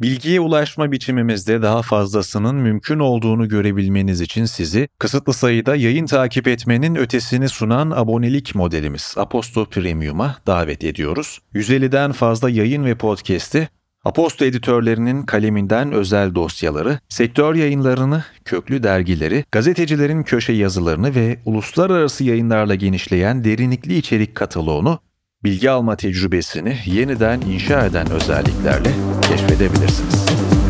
Bilgiye ulaşma biçimimizde daha fazlasının mümkün olduğunu görebilmeniz için sizi kısıtlı sayıda yayın takip etmenin ötesini sunan abonelik modelimiz Aposto Premium'a davet ediyoruz. 150'den fazla yayın ve podcast'i, Aposto editörlerinin kaleminden özel dosyaları, sektör yayınlarını, köklü dergileri, gazetecilerin köşe yazılarını ve uluslararası yayınlarla genişleyen derinlikli içerik kataloğunu, bilgi alma tecrübesini yeniden inşa eden özelliklerle keşfedebilirsiniz.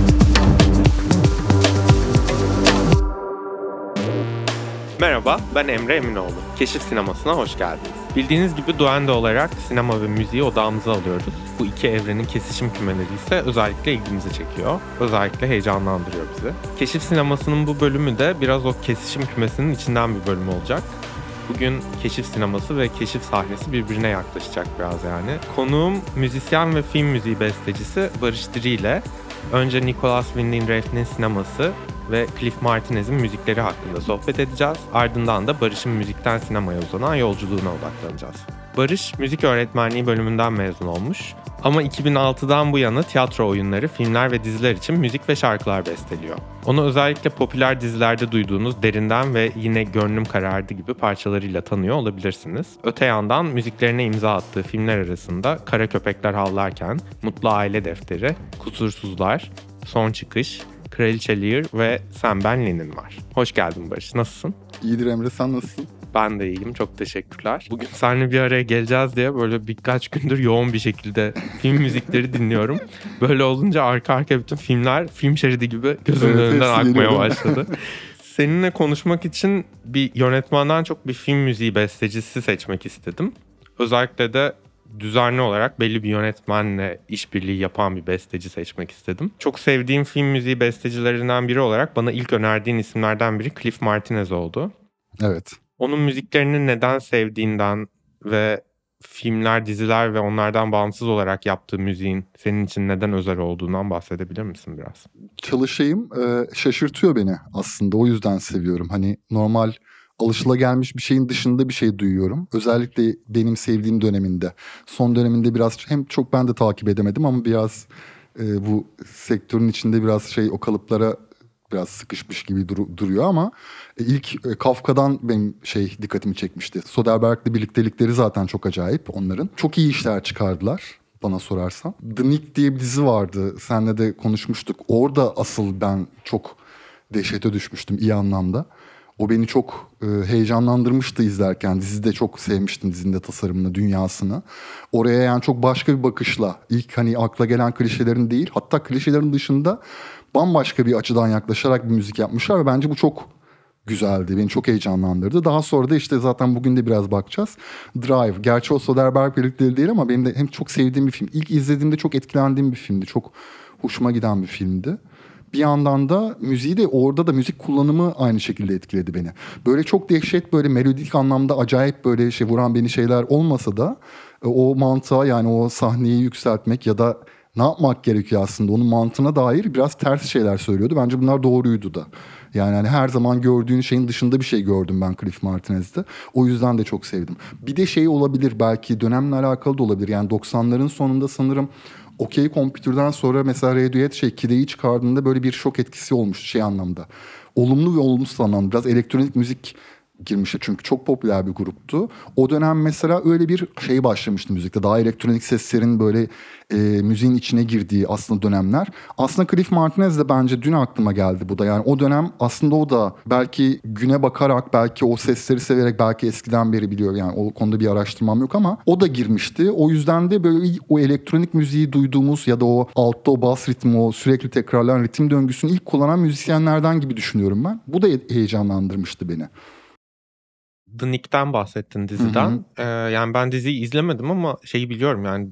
Merhaba, ben Emre Eminoğlu. Keşif Sineması'na hoş geldiniz. Bildiğiniz gibi Duende olarak sinema ve müziği odağımıza alıyoruz. Bu iki evrenin kesişim kümeleri ise özellikle ilgimizi çekiyor. Özellikle heyecanlandırıyor bizi. Keşif Sineması'nın bu bölümü de biraz o kesişim kümesinin içinden bir bölüm olacak. Bugün keşif sineması ve keşif sahnesi birbirine yaklaşacak biraz yani. Konuğum müzisyen ve film müziği bestecisi Barış Diri ile önce Nicholas Winding Refn'in sineması ve Cliff Martinez'in müzikleri hakkında sohbet edeceğiz. Ardından da Barış'ın müzikten sinemaya uzanan yolculuğuna odaklanacağız. Barış, müzik öğretmenliği bölümünden mezun olmuş. Ama 2006'dan bu yana tiyatro oyunları, filmler ve diziler için müzik ve şarkılar besteliyor. Onu özellikle popüler dizilerde duyduğunuz Derinden ve Yine Gönlüm Karardı gibi parçalarıyla tanıyor olabilirsiniz. Öte yandan müziklerine imza attığı filmler arasında Kara Köpekler Havlarken, Mutlu Aile Defteri, Kusursuzlar, Son Çıkış, Kraliçe Lear ve Sen Ben Lenin var. Hoş geldin Barış, nasılsın? İyidir Emre, sen nasılsın? Ben de iyiyim, çok teşekkürler. Bugün seninle bir araya geleceğiz diye böyle birkaç gündür yoğun bir şekilde film müzikleri dinliyorum. Böyle olunca arka arkaya bütün filmler film şeridi gibi gözümün önünden akmaya başladı. Seninle konuşmak için bir yönetmenden çok bir film müziği bestecisi seçmek istedim. Özellikle de düzenli olarak belli bir yönetmenle işbirliği yapan bir besteci seçmek istedim. Çok sevdiğim film müziği bestecilerinden biri olarak bana ilk önerdiğin isimlerden biri Cliff Martinez oldu. Evet. Onun müziklerini neden sevdiğinden ve filmler, diziler ve onlardan bağımsız olarak yaptığı müziğin senin için neden özel olduğundan bahsedebilir misin biraz? Çalışayım şaşırtıyor beni aslında, o yüzden seviyorum. Hani normal alışılagelmiş bir şeyin dışında bir şey duyuyorum. Özellikle benim sevdiğim döneminde. Son döneminde biraz hem çok ben de takip edemedim ama biraz bu sektörün içinde biraz o kalıplara biraz sıkışmış gibi duruyor ama ilk Kafka'dan benim dikkatimi çekmişti. Soderbergh'le birliktelikleri zaten çok acayip onların. Çok iyi işler çıkardılar bana sorarsan. The Nick diye bir dizi vardı. Seninle de konuşmuştuk. Orada asıl ben çok dehşete düşmüştüm iyi anlamda. O beni çok heyecanlandırmıştı izlerken. Diziyi de çok sevmiştim, dizinin de tasarımını, dünyasını. Oraya yani çok başka bir bakışla, ilk hani akla gelen klişelerin değil, hatta klişelerin dışında bambaşka bir açıdan yaklaşarak bir müzik yapmışlar ve bence bu çok güzeldi. Beni çok heyecanlandırdı. Daha sonra da işte zaten bugün de biraz bakacağız. Drive. Gerçi o Soderbergh birlikleri değil ama benim de hem çok sevdiğim bir film. İlk izlediğimde çok etkilendiğim bir filmdi. Çok hoşuma giden bir filmdi. Bir yandan da müziği de orada da müzik kullanımı aynı şekilde etkiledi beni. Böyle çok dehşet böyle melodik anlamda acayip böyle vuran beni şeyler olmasa da o mantığa yani o sahneyi yükseltmek ya da ne yapmak gerekiyor aslında onun mantığına dair biraz ters şeyler söylüyordu. Bence bunlar doğruydu da. Yani hani her zaman gördüğün şeyin dışında bir şey gördüm ben Cliff Martinez'de. O yüzden de çok sevdim. Bir de olabilir belki dönemle alakalı da olabilir. Yani 90'ların sonunda sanırım OK Computer'dan sonra mesela Radiohead Kide'yi çıkardığında böyle bir şok etkisi olmuştu anlamda. Olumlu ve olumsuz anlamda. Biraz elektronik müzik girmişti çünkü çok popüler bir gruptu. O dönem mesela öyle bir başlamıştı müzikte. Daha elektronik seslerin böyle müziğin içine girdiği aslında dönemler. Aslında Cliff Martinez de bence dün aklıma geldi bu da. Yani o dönem aslında o da belki güne bakarak, belki o sesleri severek, belki eskiden beri biliyor. Yani o konuda bir araştırmam yok ama o da girmişti. O yüzden de böyle o elektronik müziği duyduğumuz ya da o altta o bas ritmi, o sürekli tekrarlanan ritim döngüsünü ilk kullanan müzisyenlerden gibi düşünüyorum ben. Bu da heyecanlandırmıştı beni. The Nick'ten bahsettin diziden. Yani ben diziyi izlemedim ama biliyorum yani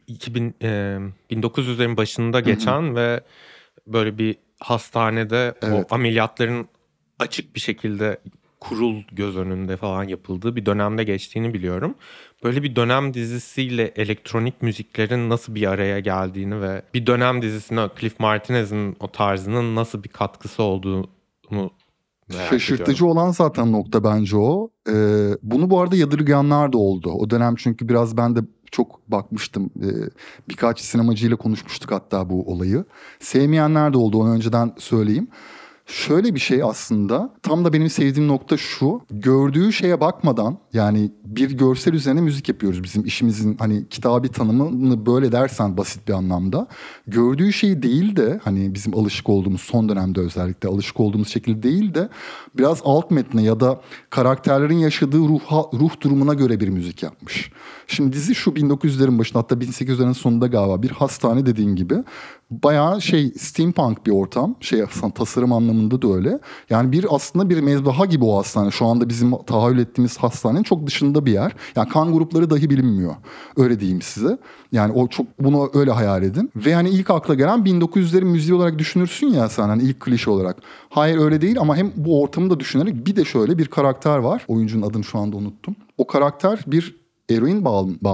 1900'lerin başında geçen ve böyle bir hastanede o ameliyatların açık bir şekilde kurul göz önünde falan yapıldığı bir dönemde geçtiğini biliyorum. Böyle bir dönem dizisiyle elektronik müziklerin nasıl bir araya geldiğini ve bir dönem dizisine Cliff Martinez'in o tarzının nasıl bir katkısı olduğunu şaşırtıcı olan zaten nokta bence o. Bunu bu arada yadırgayanlar da oldu. O dönem çünkü biraz ben de çok bakmıştım. Birkaç sinemacıyla konuşmuştuk hatta bu olayı. Sevmeyenler de oldu, onu önceden söyleyeyim. Şöyle bir şey aslında, tam da benim sevdiğim nokta şu: gördüğü şeye bakmadan, yani bir görsel üzerine müzik yapıyoruz, bizim işimizin hani kitabı tanımını böyle dersen basit bir anlamda, gördüğü şeyi değil de hani bizim alışık olduğumuz, son dönemde özellikle alışık olduğumuz şekilde değil de biraz alt metne ya da karakterlerin yaşadığı ruh durumuna göre bir müzik yapmış. Şimdi dizi şu 1900'lerin başında, hatta 1800'lerin sonunda galiba, bir hastane dediğin gibi. Bayağı steampunk bir ortam. Tasarım anlamında da öyle. Yani aslında bir mezbaha gibi o hastane. Şu anda bizim tahayyül ettiğimiz hastanenin çok dışında bir yer. Yani kan grupları dahi bilinmiyor. Öyle diyeyim size. Yani bunu öyle hayal edin. Ve hani ilk akla gelen 1900'lerin müziği olarak düşünürsün ya sen, hani ilk klişe olarak. Hayır, öyle değil, ama hem bu ortamı da düşünerek bir de şöyle bir karakter var. Oyuncunun adını şu anda unuttum. O karakter bir eroin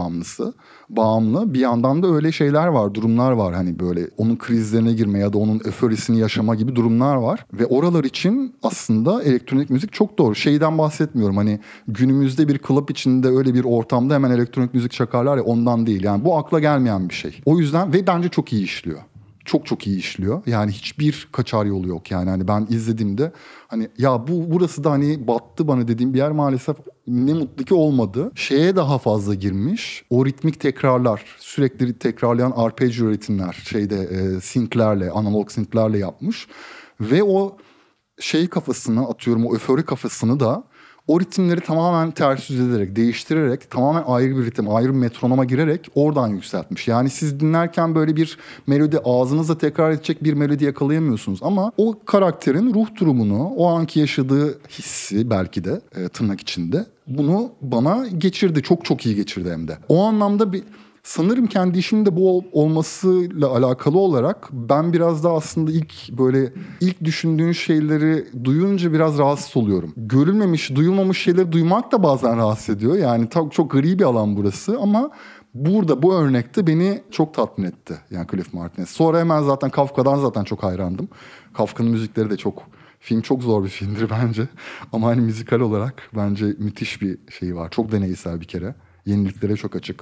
bağımlı. Bir yandan da öyle şeyler var, durumlar var. Hani böyle onun krizlerine girme ya da onun öforisini yaşama gibi durumlar var. Ve oralar için aslında elektronik müzik çok doğru. Şeyden bahsetmiyorum, hani günümüzde bir club içinde öyle bir ortamda hemen elektronik müzik çakarlar ya, ondan değil. Yani bu akla gelmeyen bir şey. O yüzden ve bence çok iyi işliyor. Çok iyi işliyor. Yani hiçbir kaçar yolu yok. Yani hani ben izlediğimde hani ya burası da hani battı bana dediğim bir yer maalesef ne mutlu ki olmadı. Şeye daha fazla girmiş. O ritmik tekrarlar, sürekli tekrarlayan arpeggio ritimler, synthlerle, analog synthlerle yapmış. Ve o kafasını, atıyorum o öfori kafasını da o ritimleri tamamen ters yüz ederek, değiştirerek, tamamen ayrı bir ritim, ayrı bir metronoma girerek oradan yükseltmiş. Yani siz dinlerken böyle bir melodi, ağzınızda tekrar edecek bir melodi yakalayamıyorsunuz. Ama o karakterin ruh durumunu, o anki yaşadığı hissi belki de tırnak içinde, bunu bana geçirdi. Çok iyi geçirdi hem de. O anlamda sanırım kendi işimin de bu olmasıyla alakalı olarak ben biraz da aslında ilk düşündüğün şeyleri duyunca biraz rahatsız oluyorum. Görülmemiş, duyulmamış şeyleri duymak da bazen rahatsız ediyor. Yani çok gri bir alan burası, ama burada bu örnekte beni çok tatmin etti. Yani Cliff Martinez. Sonra hemen zaten Kafka'dan zaten çok hayrandım. Kafka'nın müzikleri de film çok zor bir filmdir bence. Ama hani müzikal olarak bence müthiş bir şey var. Çok deneysel bir kere. Yeniliklere çok açık.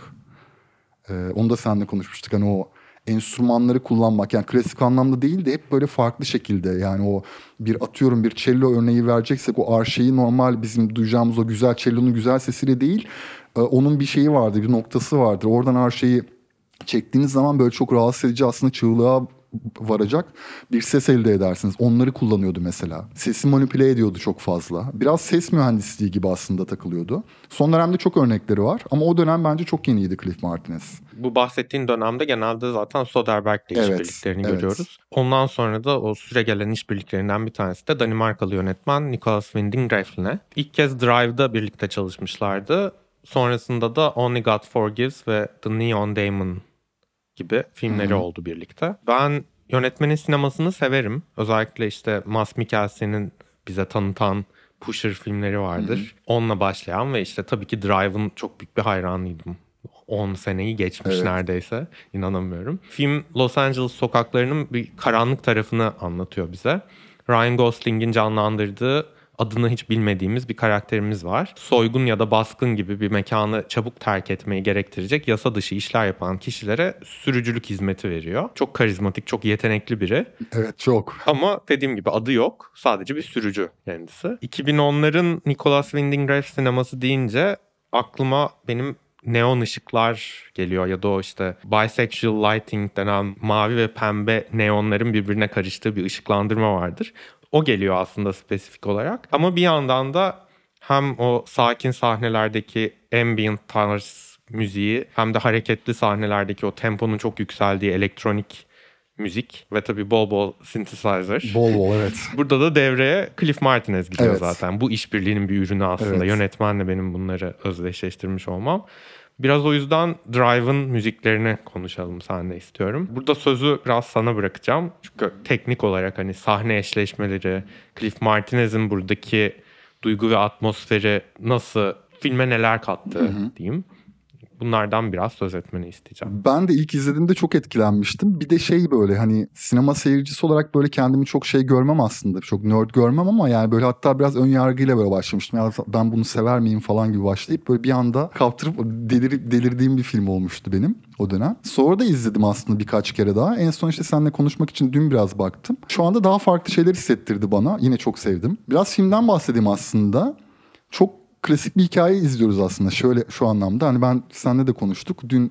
Onu da seninle konuşmuştuk. Hani o enstrümanları kullanmak, yani klasik anlamda değil de hep böyle farklı şekilde. Yani o bir cello örneği vereceksek, o arşeyi normal bizim duyacağımız o güzel cellonun güzel sesiyle değil, onun bir şeyi vardır, bir noktası vardır. Oradan arşeyi çektiğiniz zaman böyle çok rahatsız edici, aslında çığlığa varacak bir ses elde edersiniz. Onları kullanıyordu mesela. Sesi manipüle ediyordu çok fazla. Biraz ses mühendisliği gibi aslında takılıyordu. Son dönemde çok örnekleri var ama o dönem bence çok yeniydi Cliff Martinez. Bu bahsettiğin dönemde genelde zaten Soderbergh'le işbirliklerini görüyoruz. Ondan sonra da o süregelen işbirliklerinden bir tanesi de Danimarkalı yönetmen Nicolas Winding Refn'le. İlk kez Drive'da birlikte çalışmışlardı. Sonrasında da Only God Forgives ve The Neon Demon gibi filmleri oldu birlikte. Ben yönetmenin sinemasını severim. Özellikle işte Mads Mikkelsen'in bize tanıtan Pusher filmleri vardır. Onunla başlayan ve işte tabii ki Drive'ın çok büyük bir hayranıydım. 10 seneyi geçmiş neredeyse. İnanamıyorum. Film Los Angeles sokaklarının bir karanlık tarafını anlatıyor bize. Ryan Gosling'in canlandırdığı adını hiç bilmediğimiz bir karakterimiz var. Soygun ya da baskın gibi bir mekanı çabuk terk etmeyi gerektirecek yasa dışı işler yapan kişilere sürücülük hizmeti veriyor. Çok karizmatik, çok yetenekli biri. Evet, çok. Ama dediğim gibi adı yok. Sadece bir sürücü kendisi. 2010'ların Nicolas Winding Refn sineması deyince aklıma benim neon ışıklar geliyor ya da o işte bisexual lighting denen mavi ve pembe neonların birbirine karıştığı bir ışıklandırma vardır. O geliyor aslında spesifik olarak. Ama bir yandan da hem o sakin sahnelerdeki ambient tarz müziği hem de hareketli sahnelerdeki o temponun çok yükseldiği elektronik müzik ve tabii bol bol synthesizer. Bol evet. Burada da devreye Cliff Martinez giriyor Evet. zaten. Bu işbirliğinin bir ürünü aslında. Evet. Yönetmenle benim bunları özdeşleştirmiş olmam. Biraz o yüzden Drive'ın müziklerini konuşalım seninle istiyorum. Burada sözü biraz sana bırakacağım. Çünkü teknik olarak hani sahne eşleşmeleri, Cliff Martinez'in buradaki duygu ve atmosferi nasıl, filme neler kattı diyeyim. bunlardan biraz söz etmeni isteyeceğim. Ben de ilk izlediğimde çok etkilenmiştim. Bir de böyle hani sinema seyircisi olarak böyle kendimi çok görmem aslında. Çok nerd görmem ama yani böyle hatta biraz ön yargıyla böyle başlamıştım. Ya ben bunu sever miyim falan gibi başlayıp böyle bir anda kaptırıp delirdiğim bir film olmuştu benim o dönem. Sonra da izledim aslında birkaç kere daha. En son işte seninle konuşmak için dün biraz baktım. Şu anda daha farklı şeyler hissettirdi bana. Yine çok sevdim. Biraz filmden bahsedeyim aslında. Çok klasik bir hikaye izliyoruz aslında. Şöyle şu anlamda hani ben seninle de konuştuk. Dün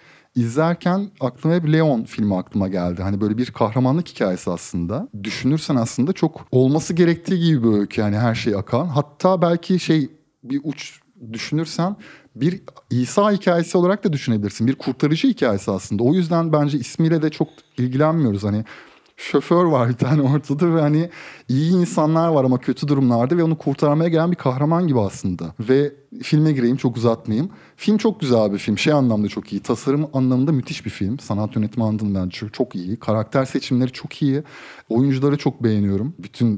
izlerken aklıma hep Leon filmi aklıma geldi. Hani böyle bir kahramanlık hikayesi aslında. Düşünürsen aslında çok olması gerektiği gibi bir öykü. Yani her şey akan. Hatta belki bir uç düşünürsen bir İsa hikayesi olarak da düşünebilirsin. Bir kurtarıcı hikayesi aslında. O yüzden bence ismiyle de çok ilgilenmiyoruz. Hani şoför var bir tane ortada ve hani iyi insanlar var ama kötü durumlarda ve onu kurtarmaya gelen bir kahraman gibi aslında. Ve filme gireyim, çok uzatmayayım. Film çok güzel bir film. Anlamda çok iyi. Tasarım anlamında müthiş bir film. Sanat yönetimi anlamında bence çok iyi. Karakter seçimleri çok iyi. Oyuncuları çok beğeniyorum.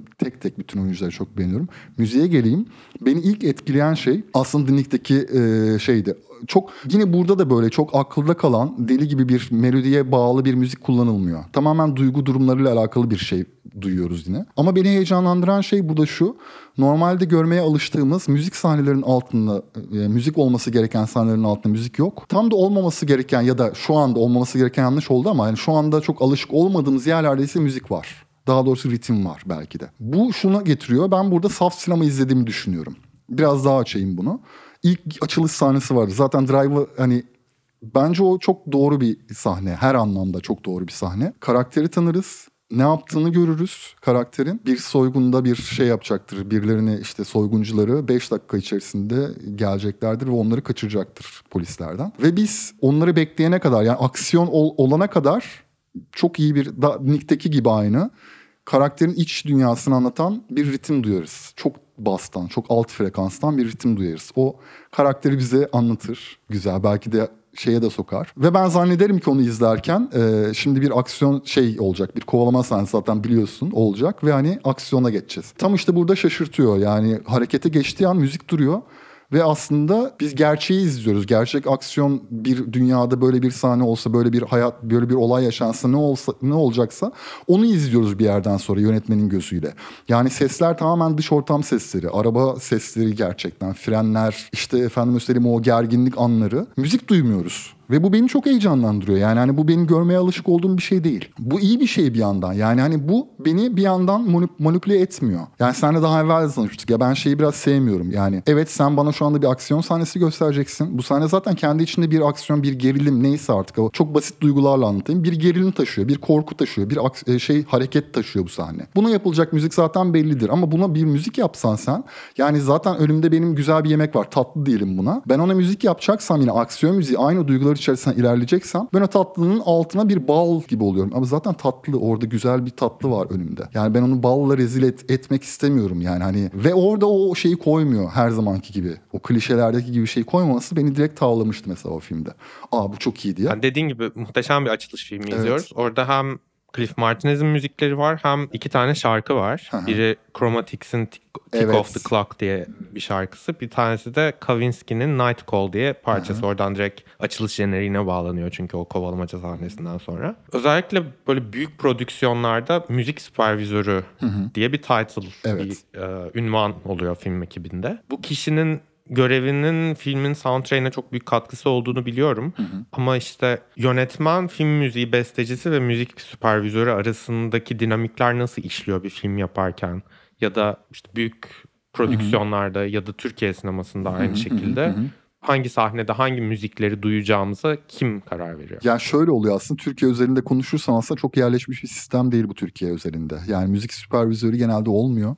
Bütün oyuncuları çok beğeniyorum. Müziğe geleyim. Beni ilk etkileyen şey aslında Nick'teki şeydi. Çok yine burada da böyle çok akılda kalan deli gibi bir melodiye bağlı bir müzik kullanılmıyor. Tamamen duygu durumlarıyla alakalı bir şey duyuyoruz yine. Ama beni heyecanlandıran şey burada şu. Normalde görmeye alıştığımız müzik sahnelerinin altında, müzik olması gereken sahnelerin altında müzik yok. Tam da olmaması gereken ya da şu anda olmaması gereken yanlış oldu ama yani şu anda çok alışık olmadığımız yerlerde ise müzik var. Daha doğrusu ritim var belki de. Bu şuna getiriyor. Ben burada saf sinema izlediğimi düşünüyorum. Biraz daha açayım bunu. İlk açılış sahnesi vardı. Zaten Drive'ı hani bence o çok doğru bir sahne. Her anlamda çok doğru bir sahne. Karakteri tanırız. Ne yaptığını görürüz karakterin. Bir soygunda bir şey yapacaktır. Birilerini işte soyguncuları 5 dakika içerisinde geleceklerdir ve onları kaçıracaktır polislerden. Ve biz onları bekleyene kadar yani aksiyon olana kadar çok iyi bir Nick'teki gibi aynı karakterin iç dünyasını anlatan bir ritim duyarız. Çok bastan, çok alt frekanstan bir ritim duyarız. O karakteri bize anlatır. Güzel, belki de şeye de sokar. Ve ben zannederim ki onu izlerken şimdi bir aksiyon olacak. Bir kovalama sahnesi zaten biliyorsun olacak ve hani aksiyona geçeceğiz. Tam işte burada şaşırtıyor. Yani harekete geçtiği an müzik duruyor. Ve aslında biz gerçeği izliyoruz. Gerçek aksiyon bir dünyada böyle bir sahne olsa, böyle bir hayat, böyle bir olay yaşansa ne olacaksa onu izliyoruz bir yerden sonra yönetmenin gözüyle. Yani sesler tamamen dış ortam sesleri, araba sesleri gerçekten, frenler, işte efendime söyleyeyim o gerginlik anları. Müzik duymuyoruz. Ve bu beni çok heyecanlandırıyor. Yani hani bu benim görmeye alışık olduğum bir şey değil. Bu iyi bir şey bir yandan. Yani hani bu beni bir yandan manipüle etmiyor. Yani seninle daha evvel de tanıştık. Ya ben biraz sevmiyorum. Yani evet sen bana şu anda bir aksiyon sahnesi göstereceksin. Bu sahne zaten kendi içinde bir aksiyon, bir gerilim neyse artık. O çok basit duygularla anlatayım. Bir gerilim taşıyor, bir korku taşıyor, bir hareket taşıyor bu sahne. Buna yapılacak müzik zaten bellidir. Ama buna bir müzik yapsan sen, yani zaten önümde benim güzel bir yemek var. Tatlı diyelim buna. Ben ona müzik yapacaksam yine aksiyon müziği aynı duygular içerisinde ilerleyeceksem ben o tatlının altına bir bal gibi oluyorum. Ama zaten tatlı, orada güzel bir tatlı var önümde. Yani ben onu balla rezil etmek istemiyorum yani hani. Ve orada o şeyi koymuyor her zamanki gibi. O klişelerdeki gibi şey koymaması beni direkt tavlamıştı mesela o filmde. Bu çok iyi diye. Yani dediğin gibi muhteşem bir açılış filmi izliyoruz. Orada hem Cliff Martinez'in müzikleri var hem 2 tane şarkı var. Biri Chromatics'in Tick Off the Clock diye bir şarkısı. Bir tanesi de Kavinsky'nin Night Call diye parçası. Oradan direkt açılış jeneriğine bağlanıyor çünkü o kovalamaca sahnesinden sonra. Özellikle böyle büyük prodüksiyonlarda müzik süpervizörü diye bir title, bir ünvan oluyor film ekibinde. Bu kişinin görevinin filmin soundtrack'ine çok büyük katkısı olduğunu biliyorum. Ama işte yönetmen, film müziği bestecisi ve müzik süpervizörü arasındaki dinamikler nasıl işliyor bir film yaparken ya da işte büyük prodüksiyonlarda ya da Türkiye sinemasında aynı şekilde hangi sahnede hangi müzikleri duyacağımıza kim karar veriyor? Yani şöyle oluyor aslında, Türkiye özelinde konuşursan aslında çok yerleşmiş bir sistem değil bu Türkiye özelinde. Yani müzik süpervizörü genelde olmuyor.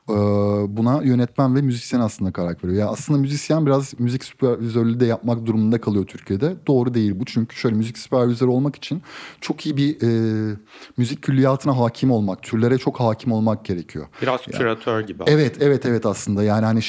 Buna yönetmen ve müzisyen aslında karar veriyor. Yani aslında müzisyen biraz müzik süpervizörlüğü de yapmak durumunda kalıyor Türkiye'de. Doğru değil bu, çünkü şöyle müzik süpervizörü olmak için çok iyi bir müzik külliyatına hakim olmak, türlere çok hakim olmak gerekiyor. Biraz küratör gibi. Evet aslında yani hani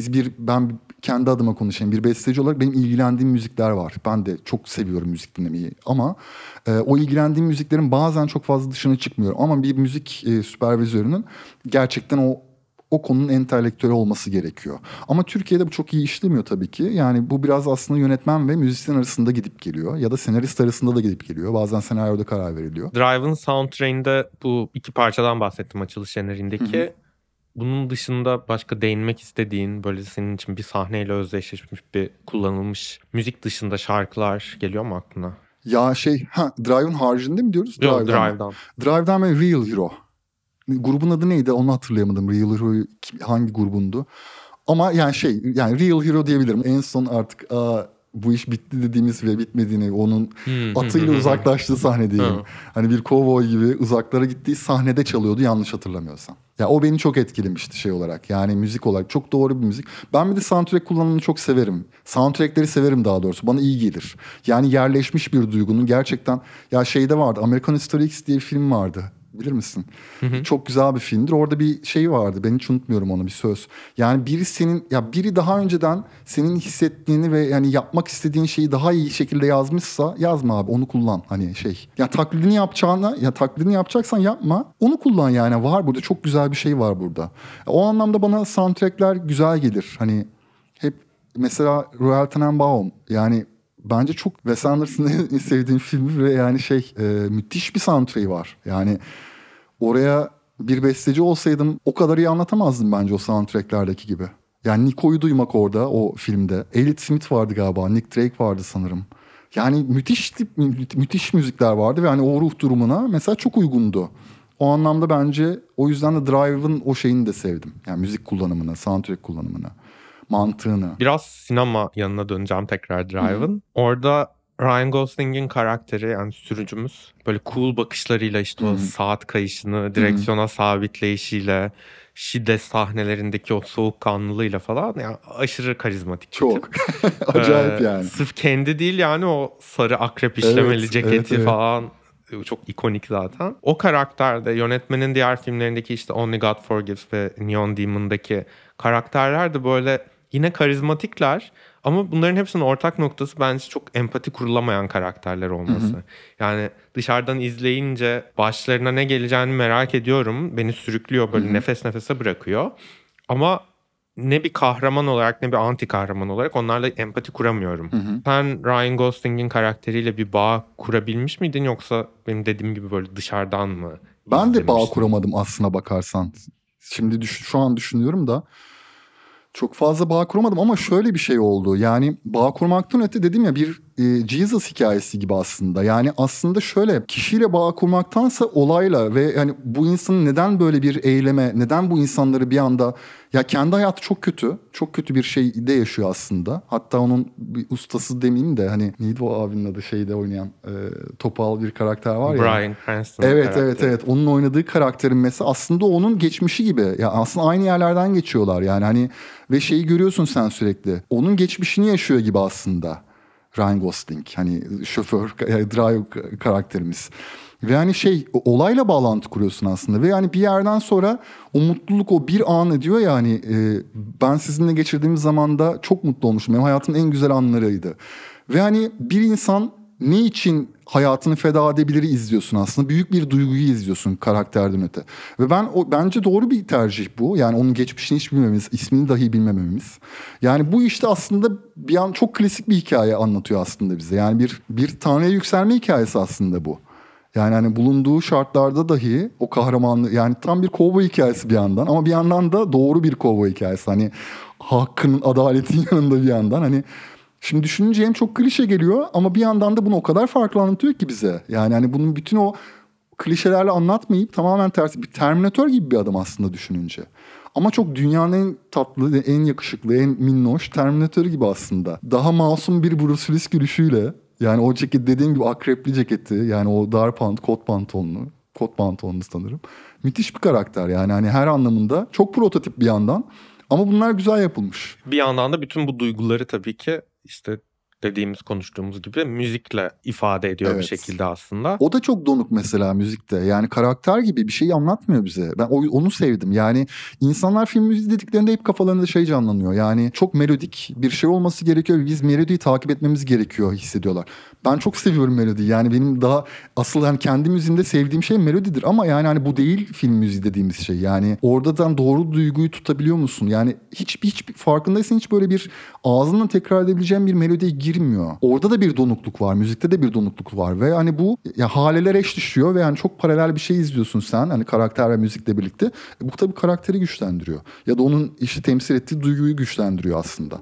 ben kendi adıma konuşayım, bir besteci olarak benim ilgilendiğim müzikler var. Ben de çok seviyorum müzik dinlemeyi ama o ilgilendiğim müziklerin bazen çok fazla dışına çıkmıyorum. Ama bir müzik süpervizörünün gerçekten o o konunun entelektüeli olması gerekiyor. Ama Türkiye'de bu çok iyi işlemiyor tabii ki. Yani bu biraz aslında yönetmen ve müzisyen arasında gidip geliyor. Ya da senarist arasında da gidip geliyor. Bazen senaryoda karar veriliyor. Drive'ın soundtrack'inde bu iki parçadan bahsettim açılış jeneriğindeki. Bunun dışında başka değinmek istediğin, böyle senin için bir sahneyle özdeşleşmiş bir kullanılmış müzik dışında şarkılar geliyor mu aklına? Ya Drive'ın haricinde mi diyoruz? Yok, Drive'dan. Drive'dan. Drive'dan ve Real Hero. Grubun adı neydi onu hatırlayamadım. Real Hero hangi grubundu? Ama yani Real Hero diyebilirim. En son artık bu iş bitti dediğimiz ve bitmediğini, onun atıyla uzaklaştığı sahne diyelim. Hani bir kovboy gibi uzaklara gittiği sahnede çalıyordu yanlış hatırlamıyorsam. Ya o beni çok etkilemişti olarak. Yani müzik olarak çok doğru bir müzik. Ben bir de soundtrack kullanımını çok severim. Soundtrackleri severim daha doğrusu. Bana iyi gelir. Yani yerleşmiş bir duygunun gerçekten, ya vardı. American History X diye bir film vardı. Bilir misin? Çok güzel bir filmdir. Orada bir şey vardı. Ben hiç unutmuyorum onu, bir söz. Yani biri daha önceden senin hissettiğini ve yani yapmak istediğin şeyi daha iyi şekilde yazmışsa yazma abi, onu kullan. Hani ya taklidini yapacaksan yapma. Onu kullan yani. Var burada çok güzel bir şey var burada. O anlamda bana soundtrackler güzel gelir. Hani hep mesela Royal Tenenbaum, yani bence çok Wes Anderson'ın en sevdiğim filmi ve yani müthiş bir soundtrack'i var. Yani oraya bir besteci olsaydım o kadar iyi anlatamazdım bence o soundtracklerdeki gibi. Yani Nico'yu duymak orada o filmde. Elliot Smith vardı galiba, Nick Drake vardı sanırım. Yani müthiş müzikler vardı ve hani o ruh durumuna mesela çok uygundu. O anlamda bence o yüzden de Drive'ın o şeyini de sevdim. Yani müzik kullanımını, soundtrack kullanımını, mantığını. Biraz sinema yanına döneceğim tekrar Drive'ın. Orada Ryan Gosling'in karakteri, yani sürücümüz, böyle cool bakışlarıyla işte o saat kayışını direksiyona sabitleyişiyle, şiddet sahnelerindeki o soğukkanlılığıyla falan, yani aşırı karizmatik. Çok. Acayip yani. Sırf kendi değil yani, o sarı akrep işlemeli ceketi evet. falan çok ikonik zaten. O karakterde yönetmenin diğer filmlerindeki işte Only God Forgives ve Neon Demon'daki karakterler de böyle yine karizmatikler. Ama bunların hepsinin ortak noktası bence çok empati kurulamayan karakterler olması. Yani dışarıdan izleyince başlarına ne geleceğini merak ediyorum. Beni sürüklüyor, böyle nefes nefese bırakıyor. Ama ne bir kahraman olarak ne bir anti kahraman olarak onlarla empati kuramıyorum. Sen Ryan Gosling'in karakteriyle bir bağ kurabilmiş miydin, yoksa benim dediğim gibi böyle dışarıdan mı? Ben de bağ kuramadım aslına bakarsan. Şimdi şu an düşünüyorum da çok fazla bağ kuramadım ama şöyle bir şey oldu. Yani bağ kurmaktan öte dedim ya, bir Jesus hikayesi gibi aslında. Yani aslında şöyle, kişiyle bağ kurmaktansa olayla ve yani bu insanın neden böyle bir eyleme, neden bu insanları bir anda, ya kendi hayatı çok kötü. Çok kötü bir şeyde yaşıyor aslında. Hatta onun bir ustası demeyeyim de, hani neydi o abinin adı, şeyde oynayan topal bir karakter var ya. Bryan Cranston. Evet. Onun oynadığı karakterin mesela aslında onun geçmişi gibi. Ya aslında aynı yerlerden geçiyorlar yani, hani ve şeyi görüyorsun sen sürekli. Onun geçmişini yaşıyor gibi aslında Ryan Gosling, hani şoför, Drive karakterimiz. Ve hani olayla bağlantı kuruyorsun aslında. Ve yani bir yerden sonra o mutluluk, o bir an ediyor ya hani, ben sizinle geçirdiğimiz zamanda çok mutlu olmuşum. Benim hayatımın en güzel anlarıydı. Ve hani bir insan ne için hayatını feda edebiliri izliyorsun aslında. Büyük bir duyguyu izliyorsun karakterden öte. Ve bence doğru bir tercih bu. Yani onun geçmişini hiç bilmememiz, ismini dahi bilmememiz. Yani bu işte aslında bir an çok klasik bir hikaye anlatıyor aslında bize. Yani bir tanrıya yükselme hikayesi aslında bu. Yani hani bulunduğu şartlarda dahi o kahramanlığı, yani tam bir kovboy hikayesi bir yandan, ama bir yandan da doğru bir kovboy hikayesi. Hani hakkın, adaletin yanında bir yandan. Hani şimdi düşününce hem çok klişe geliyor ama bir yandan da bunu o kadar farklı anlatıyor ki bize. Yani hani bunun bütün o klişelerle anlatmayıp tamamen tersi, bir Terminator gibi bir adam aslında düşününce. Ama çok dünyanın en tatlı, en yakışıklı, en minnoş Terminator gibi aslında. Daha masum bir Bruce Willis gülüşüyle. Yani o ceket, dediğim gibi akrepli ceketi, yani o dar kot pantolonlu sanırım. Müthiş bir karakter yani, hani her anlamında çok prototip bir yandan, ama bunlar güzel yapılmış. Bir yandan da bütün bu duyguları tabii ki işte dediğimiz, konuştuğumuz gibi müzikle ifade ediyor bir Evet. şekilde aslında. O da çok donuk mesela müzikte. Yani karakter gibi bir şey anlatmıyor bize. Ben onu sevdim. Yani insanlar film müziği dediklerinde hep kafalarında şey canlanıyor. Yani çok melodik bir şey olması gerekiyor. Biz melodiyi takip etmemiz gerekiyor hissediyorlar. Ben çok seviyorum melodiyi. Yani benim daha asıl yani kendi müziğimde sevdiğim şey melodidir. Ama yani hani bu değil film müziği dediğimiz şey. Yani oradan doğru duyguyu tutabiliyor musun? Yani hiç farkındaysan hiç böyle bir ağzından tekrar edebileceğin bir melodiye girmiyor. Orada da bir donukluk var. Müzikte de bir donukluk var. Ve hani bu ya haleler eş düşüyor ve yani çok paralel bir şey izliyorsun sen. Hani karakter ve müzikle birlikte. Bu tabii karakteri güçlendiriyor. Ya da onun işte temsil ettiği duyguyu güçlendiriyor aslında.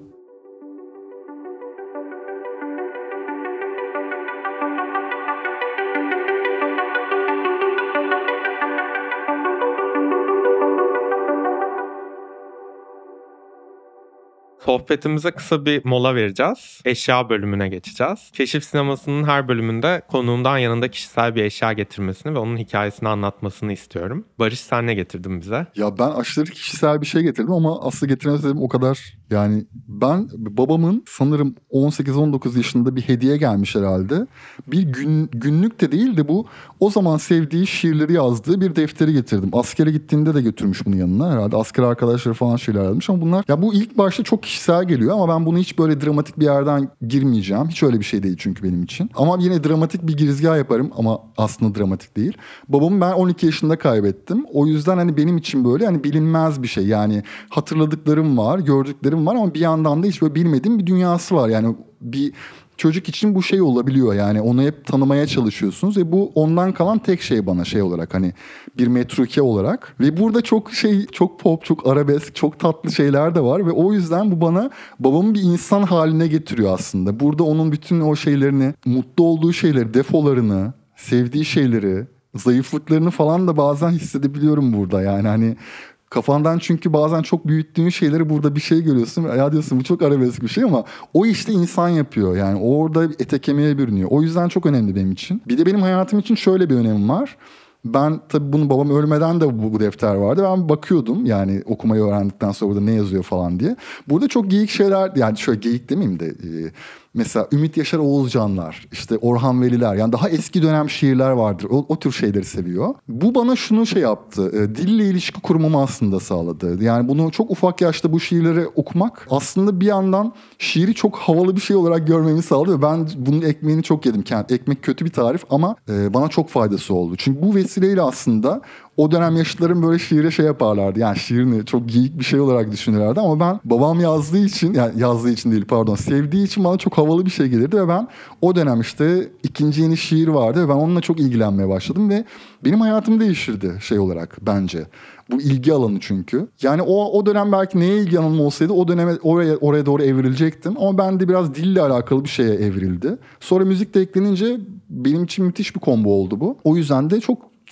Sohbetimize kısa bir mola vereceğiz. Eşya bölümüne geçeceğiz. Keşif sinemasının her bölümünde konuğumdan yanında kişisel bir eşya getirmesini ve onun hikayesini anlatmasını istiyorum. Barış, sen ne getirdin bize? Ya ben aşırı kişisel bir şey getirdim ama aslında getiremediğim o kadar. Yani ben babamın sanırım 18-19 yaşında bir hediye gelmiş herhalde. Bir günlük de değil de bu o zaman sevdiği şiirleri yazdığı bir defteri getirdim. Askere gittiğinde de götürmüş bunu yanına herhalde. Asker arkadaşları falan şeyler yazmış ama bunlar ya bu ilk başta çok kişisel geliyor ama ben bunu hiç böyle dramatik bir yerden girmeyeceğim. Hiç öyle bir şey değil çünkü benim için. Ama yine dramatik bir girizgah yaparım ama aslında dramatik değil. Babamı ben 12 yaşında kaybettim. O yüzden hani benim için böyle hani bilinmez bir şey. Yani hatırladıklarım var, gördüklerim var ama bir yandan da hiç böyle bilmediğim bir dünyası var. Yani bir çocuk için bu şey olabiliyor yani onu hep tanımaya çalışıyorsunuz ve bu ondan kalan tek şey bana şey olarak hani bir metruke olarak ve burada çok pop, çok arabesk, çok tatlı şeyler de var ve o yüzden bu bana babamın bir insan haline getiriyor aslında. Burada onun bütün o şeylerini, mutlu olduğu şeyleri, defolarını, sevdiği şeyleri, zayıflıklarını falan da bazen hissedebiliyorum burada yani hani kafandan çünkü bazen çok büyüttüğün şeyleri burada bir şey görüyorsun. Ya diyorsun bu çok arabesk bir şey ama o işte insan yapıyor. Yani orada ete kemiğe bürünüyor. O yüzden çok önemli benim için. Bir de benim hayatım için şöyle bir önemi var. Ben tabii bunu babam ölmeden de bu defter vardı. Ben bakıyordum yani okumayı öğrendikten sonra burada ne yazıyor falan diye. Burada çok geyik şeyler yani şöyle geyik demeyeyim de mesela Ümit Yaşar Oğuzcanlar, işte Orhan Veliler yani daha eski dönem şiirler vardır. O tür şeyleri seviyor. Bu bana şunu şey yaptı. Dille ilişki kurmamı aslında sağladı. Yani bunu çok ufak yaşta bu şiirleri okumak aslında bir yandan şiiri çok havalı bir şey olarak görmemi sağladı. Ben bunun ekmeğini çok yedim. Ekmek kötü bir tarif ama bana çok faydası oldu. Çünkü bu vesileyle aslında o dönem yaşlıların böyle şiire şey yaparlardı. Yani şiirini çok geyik bir şey olarak düşünürlerdi ama ben babam yazdığı için yani yazdığı için değil pardon sevdiği için bana çok havalı bir şey gelirdi ve ben o dönem işte ikinci yeni şiir vardı ve ben onunla çok ilgilenmeye başladım ve benim hayatımı değiştirdi şey olarak bence. Bu ilgi alanı çünkü. Yani o dönem belki neye ilgi alanım olsaydı o döneme oraya doğru evrilecektim. Ama ben de biraz dille alakalı bir şeye evrildi. Sonra müzik de eklenince benim için müthiş bir combo oldu bu. O yüzden de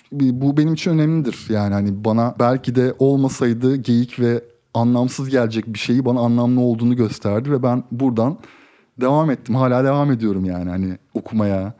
bu benim için önemlidir. Yani hani bana belki de olmasaydı geyik ve anlamsız gelecek bir şeyi bana anlamlı olduğunu gösterdi ve ben buradan devam ettim. Hala devam ediyorum yani hani okumaya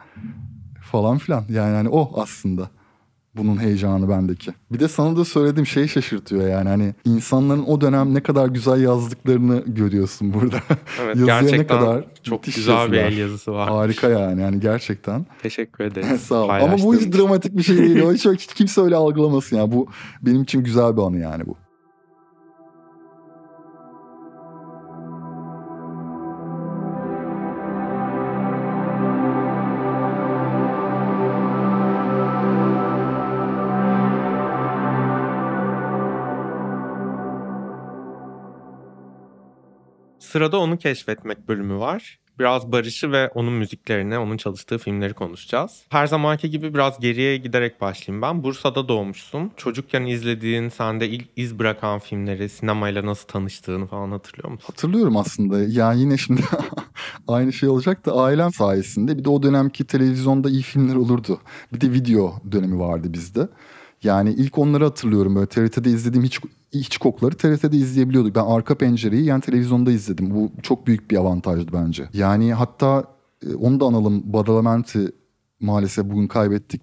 falan filan. Yani hani o aslında bunun heyecanı bendeki. Bir de sana da söylediğim şey şaşırtıyor yani hani insanların o dönem ne kadar güzel yazdıklarını görüyorsun burada. Evet, Yazıya gerçekten ne kadar çok müthiş güzel bir yazılar. el yazısı var. Harika yani gerçekten. Teşekkür ederiz. Sağ ol. Ama bu paylaştığın hiç için. dramatik bir şey değil. O hiç kimse öyle algılamasın ya. Bu benim için güzel bir anı yani bu. Sırada onu keşfetmek bölümü var. Biraz Barış'ı ve onun müziklerini, onun çalıştığı filmleri konuşacağız. Her zamanki gibi biraz geriye giderek başlayayım ben. Bursa'da doğmuşsun. Çocukken izlediğin, sende ilk iz bırakan filmleri, sinemayla nasıl tanıştığını falan hatırlıyor musun? Hatırlıyorum aslında. Yani yine şimdi aynı şey olacak da ailem sayesinde. Bir de o dönemki televizyonda iyi filmler olurdu. Bir de video dönemi vardı bizde. Yani ilk onları hatırlıyorum. Böyle TRT'de izlediğim Hitchcock'ları TRT'de izleyebiliyorduk. Ben Arka Pencere'yi yani televizyonda izledim. Bu çok büyük bir avantajdı bence. Yani hatta onu da analım. Badalamenti maalesef bugün kaybettik. Benim çok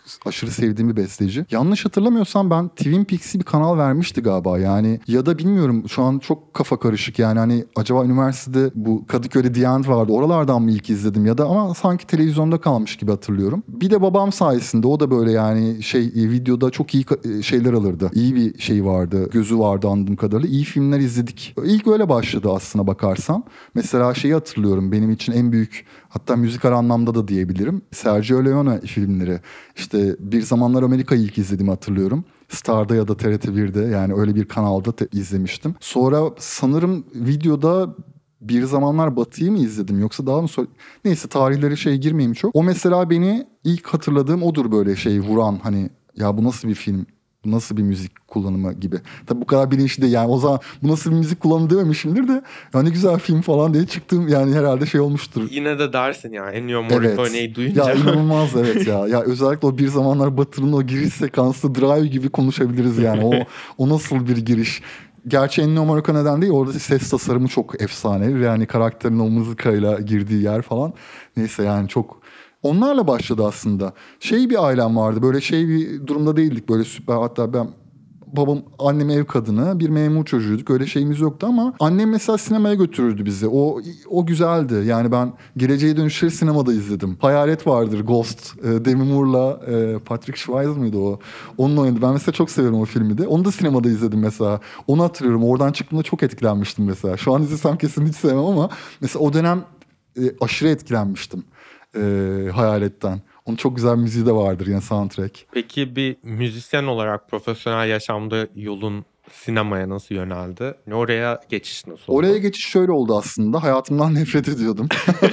aşırı sevdiğim bir besteci. Yanlış hatırlamıyorsam ben Twin Peaks'i bir kanal vermişti galiba yani. Ya da bilmiyorum, şu an çok kafa karışık yani, hani acaba üniversitede bu Kadıköy'de The End vardı. Oralardan mı ilk izledim ya da, ama sanki televizyonda kalmış gibi hatırlıyorum. Bir de babam sayesinde, o da böyle yani videoda çok iyi şeyler alırdı. İyi bir şey vardı. Gözü vardı anladığım kadarıyla. İyi filmler izledik. İlk öyle başladı aslına bakarsan. Mesela şeyi hatırlıyorum, benim için en büyük, hatta müzikal anlamda da diyebilirim, Sergio Leone filmleri. İşte Bir Zamanlar Amerika'yı ilk izlediğimi hatırlıyorum. Star'da ya da TRT1'de, yani öyle bir kanalda izlemiştim. Sonra sanırım videoda Bir Zamanlar Batı'yı mı izledim yoksa daha mı sonra... Neyse, tarihleri girmeyeyim çok. O mesela beni ilk hatırladığım odur, böyle vuran, hani ya bu nasıl bir film, bu nasıl bir müzik kullanımı gibi. Tabii bu kadar bilinçli de yani, o zaman bu nasıl bir müzik kullanımı dememişimdir de yani güzel film falan diye çıktım yani, herhalde olmuştur. Yine de dersin ya, Ennio Morricone'yi duyunca. Ya inanılmaz evet ya. Ya özellikle o Bir Zamanlar Batı'nın o giriş sekansı, Drive gibi konuşabiliriz yani. O nasıl bir giriş. Gerçi Ennio Morricone'den değil, orada ses tasarımı çok efsane. Yani karakterin o mızıkayla girdiği yer falan. Neyse yani çok... Onlarla başladı aslında. Bir ailem vardı. Böyle bir durumda değildik. Böyle süper, hatta ben... Babam, annem ev kadını, bir memur çocuğuyduk. Öyle şeyimiz yoktu ama annem mesela sinemaya götürürdü bizi. O güzeldi. Yani ben Geleceğe Dönüşleri sinemada izledim. Hayalet vardır, Ghost. Demi Moore'la Patrick Swayze mıydı o? Onun oynadı. Ben mesela çok severim o filmi de. Onu da sinemada izledim mesela. Onu hatırlıyorum. Oradan çıktığımda çok etkilenmiştim mesela. Şu an izlesem kesin hiç sevmem ama mesela o dönem aşırı etkilenmiştim Hayalet'ten. Onun çok güzel müziği de vardır yani, soundtrack. Peki bir müzisyen olarak profesyonel yaşamda yolun sinemaya nasıl yöneldi? Oraya geçiş nasıl oldu? Oraya geçiş şöyle oldu aslında. Hayatımdan nefret ediyordum.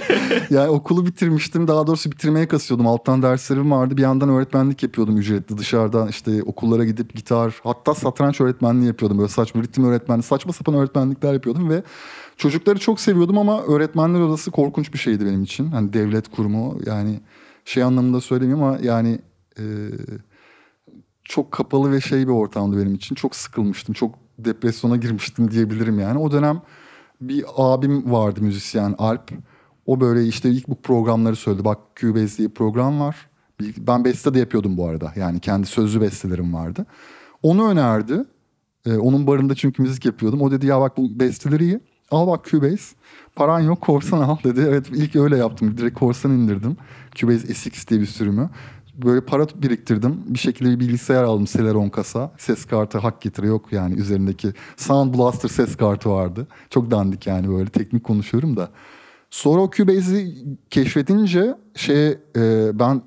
Yani okulu bitirmiştim. Daha doğrusu bitirmeye kasıyordum. Alttan derslerim vardı. Bir yandan öğretmenlik yapıyordum ücretli. Dışarıdan işte okullara gidip gitar, hatta satranç öğretmenliği yapıyordum. Böyle saçma ritim öğretmenliği, saçma sapan öğretmenlikler yapıyordum ve çocukları çok seviyordum ama öğretmenler odası korkunç bir şeydi benim için. Hani devlet kurumu, yani anlamında söylemiyorum ama yani çok kapalı ve bir ortamdı benim için. Çok sıkılmıştım. Çok depresyona girmiştim diyebilirim yani. O dönem bir abim vardı, müzisyen Alp. O böyle işte ilk bu programları söyledi. Bak, Cubase diye bir program var. Ben beste de yapıyordum bu arada. Yani kendi sözlü bestelerim vardı. Onu önerdi. Onun barında çünkü müzik yapıyordum. O dedi ya bak, bu besteleri iyi. Al bak Cubase. Paran yok, korsan al dedi. Evet, ilk öyle yaptım. Direkt korsan indirdim. Cubase SX diye bir sürümü. Böyle para biriktirdim. Bir şekilde bir bilgisayar aldım. Celeron kasa. Ses kartı hak getiri yok yani üzerindeki. Sound Blaster ses kartı vardı. Çok dandik yani, böyle teknik konuşuyorum da. Sonra o Cubase'i keşfedince ben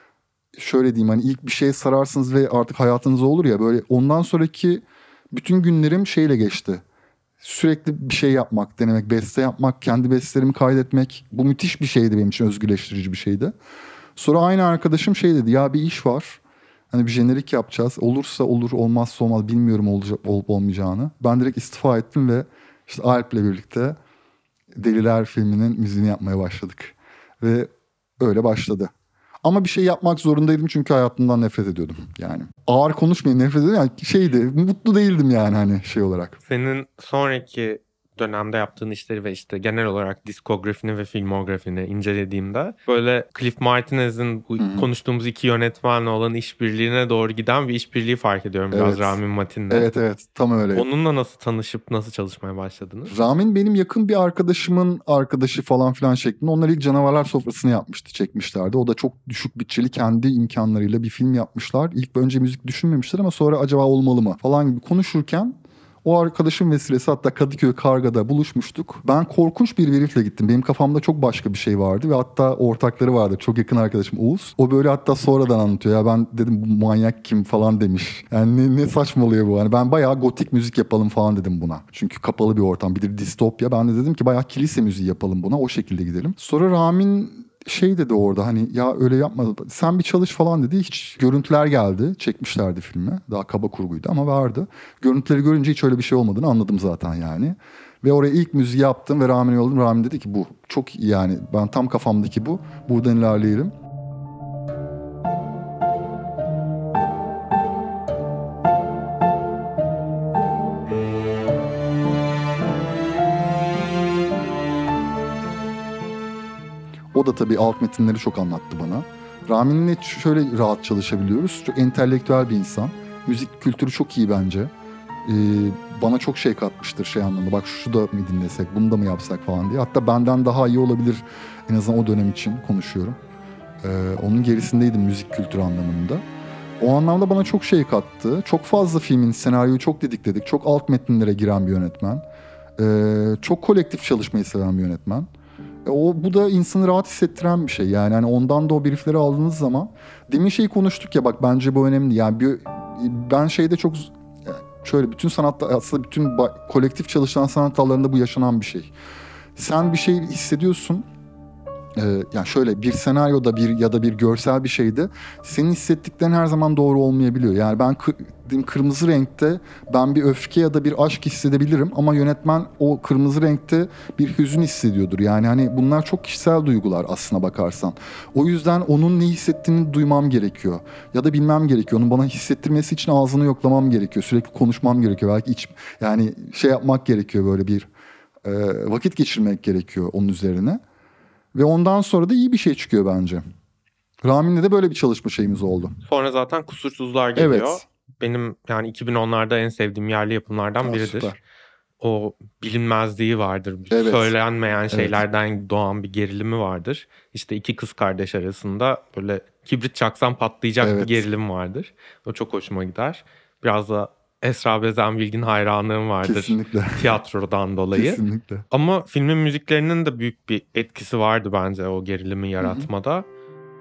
şöyle diyeyim, hani ilk bir şeye sararsınız ve artık hayatınız olur ya, böyle ondan sonraki bütün günlerim geçti. Sürekli bir şey yapmak, denemek, beste yapmak, kendi bestelerimi kaydetmek. Bu müthiş bir şeydi benim için, özgürleştirici bir şeydi. Sonra aynı arkadaşım dedi ya, bir iş var. Hani bir jenerik yapacağız. Olursa olur, olmazsa olmaz, bilmiyorum olup olmayacağını. Ben direkt istifa ettim ve işte Alp'le birlikte Deliler filminin müziğini yapmaya başladık. Ve öyle başladı. Ama bir şey yapmak zorundaydım çünkü hayatımdan nefret ediyordum yani. Ağır konuşmayın, nefret ediyordum yani, mutlu değildim yani, hani olarak. Senin sonraki dönemde yaptığın işleri ve işte genel olarak diskografini ve filmografini incelediğimde böyle Cliff Martinez'in bu konuştuğumuz iki yönetmenle olan işbirliğine doğru giden bir işbirliği fark ediyorum biraz, Evet. Ramin Matin'le. Evet, tam öyle. Onunla nasıl tanışıp nasıl çalışmaya başladınız? Ramin benim yakın bir arkadaşımın arkadaşı falan filan şeklinde. Onlar ilk Canavarlar Sofrası'nı çekmişlerdi. O da çok düşük bütçeli, kendi imkanlarıyla bir film yapmışlar. İlk önce müzik düşünmemişler ama sonra acaba olmalı mı falan gibi konuşurken o arkadaşım vesilesi, hatta Kadıköy Karga'da buluşmuştuk. Ben korkunç bir herifle gittim. Benim kafamda çok başka bir şey vardı ve hatta ortakları vardı. Çok yakın arkadaşım Oğuz. O böyle hatta sonradan anlatıyor. Ya ben dedim, bu manyak kim falan demiş. Yani ne saçmalıyor bu? Yani ben bayağı gotik müzik yapalım falan dedim buna. Çünkü kapalı bir ortam. Bir de distopya. Ben de dedim ki bayağı kilise müziği yapalım buna. O şekilde gidelim. Sonra Ramin dedi orada, hani ya öyle yapma, sen bir çalış falan dedi. Hiç görüntüler geldi, çekmişlerdi filmi, daha kaba kurguydu ama vardı. Görüntüleri görünce hiç öyle bir şey olmadığını anladım zaten yani. Ve oraya ilk müziği yaptım ve Ramin'e yolladım. Ramin dedi ki bu çok iyi yani, ben tam kafamdaki bu, buradan ilerleyelim. O da tabii alt metinleri çok anlattı bana. Ramin'le şöyle rahat çalışabiliyoruz. Çok entelektüel bir insan. Müzik kültürü çok iyi bence. Bana çok şey katmıştır şey anlamında. Bak şu da mı dinlesek, bunu da mı yapsak falan diye. Hatta benden daha iyi olabilir, en azından o dönem için konuşuyorum. Onun gerisindeydim müzik kültürü anlamında. O anlamda bana çok şey kattı. Çok fazla filmin senaryoyu çok didikledik. Çok alt metinlere giren bir yönetmen. Çok kolektif çalışmayı seven bir yönetmen. Bu da insanı rahat hissettiren bir şey. Yani hani ondan da o briefleri aldığınız zaman, demin şeyi konuştuk ya, bak bence bu önemli. Yani ben şeyde çok şöyle, bütün sanatta aslında bütün kolektif çalışan sanat dallarında bu yaşanan bir şey. Sen bir şey hissediyorsun. Yani şöyle bir senaryoda ya da bir görsel bir şeyde senin hissettiklerin her zaman doğru olmayabiliyor. Yani ben kırmızı renkte ben bir öfke ya da bir aşk hissedebilirim ama yönetmen o kırmızı renkte bir hüzün hissediyordur. Yani hani bunlar çok kişisel duygular aslına bakarsan. O yüzden onun ne hissettiğini duymam gerekiyor ya da bilmem gerekiyor. Onun bana hissettirmesi için ağzını yoklamam gerekiyor. Sürekli konuşmam gerekiyor. Belki yani şey yapmak gerekiyor, böyle bir vakit geçirmek gerekiyor onun üzerine. Ve ondan sonra da iyi bir şey çıkıyor bence. Ramin'le de böyle bir çalışma şeyimiz oldu. Sonra zaten Kusursuzlar geliyor. Evet. Benim yani 2010'larda en sevdiğim yerli yapımlardan biridir. Süper. O bilinmezliği vardır. Evet. Söylenmeyen şeylerden doğan bir gerilimi vardır. İşte iki kız kardeş arasında böyle kibrit çaksan patlayacak bir gerilim vardır. O çok hoşuma gider. Biraz da Esra Bezenbilgin hayranlığım vardır. Kesinlikle. Tiyatrodan dolayı. Kesinlikle. Ama filmin müziklerinin de büyük bir etkisi vardı bence o gerilimi yaratmada. Hı-hı.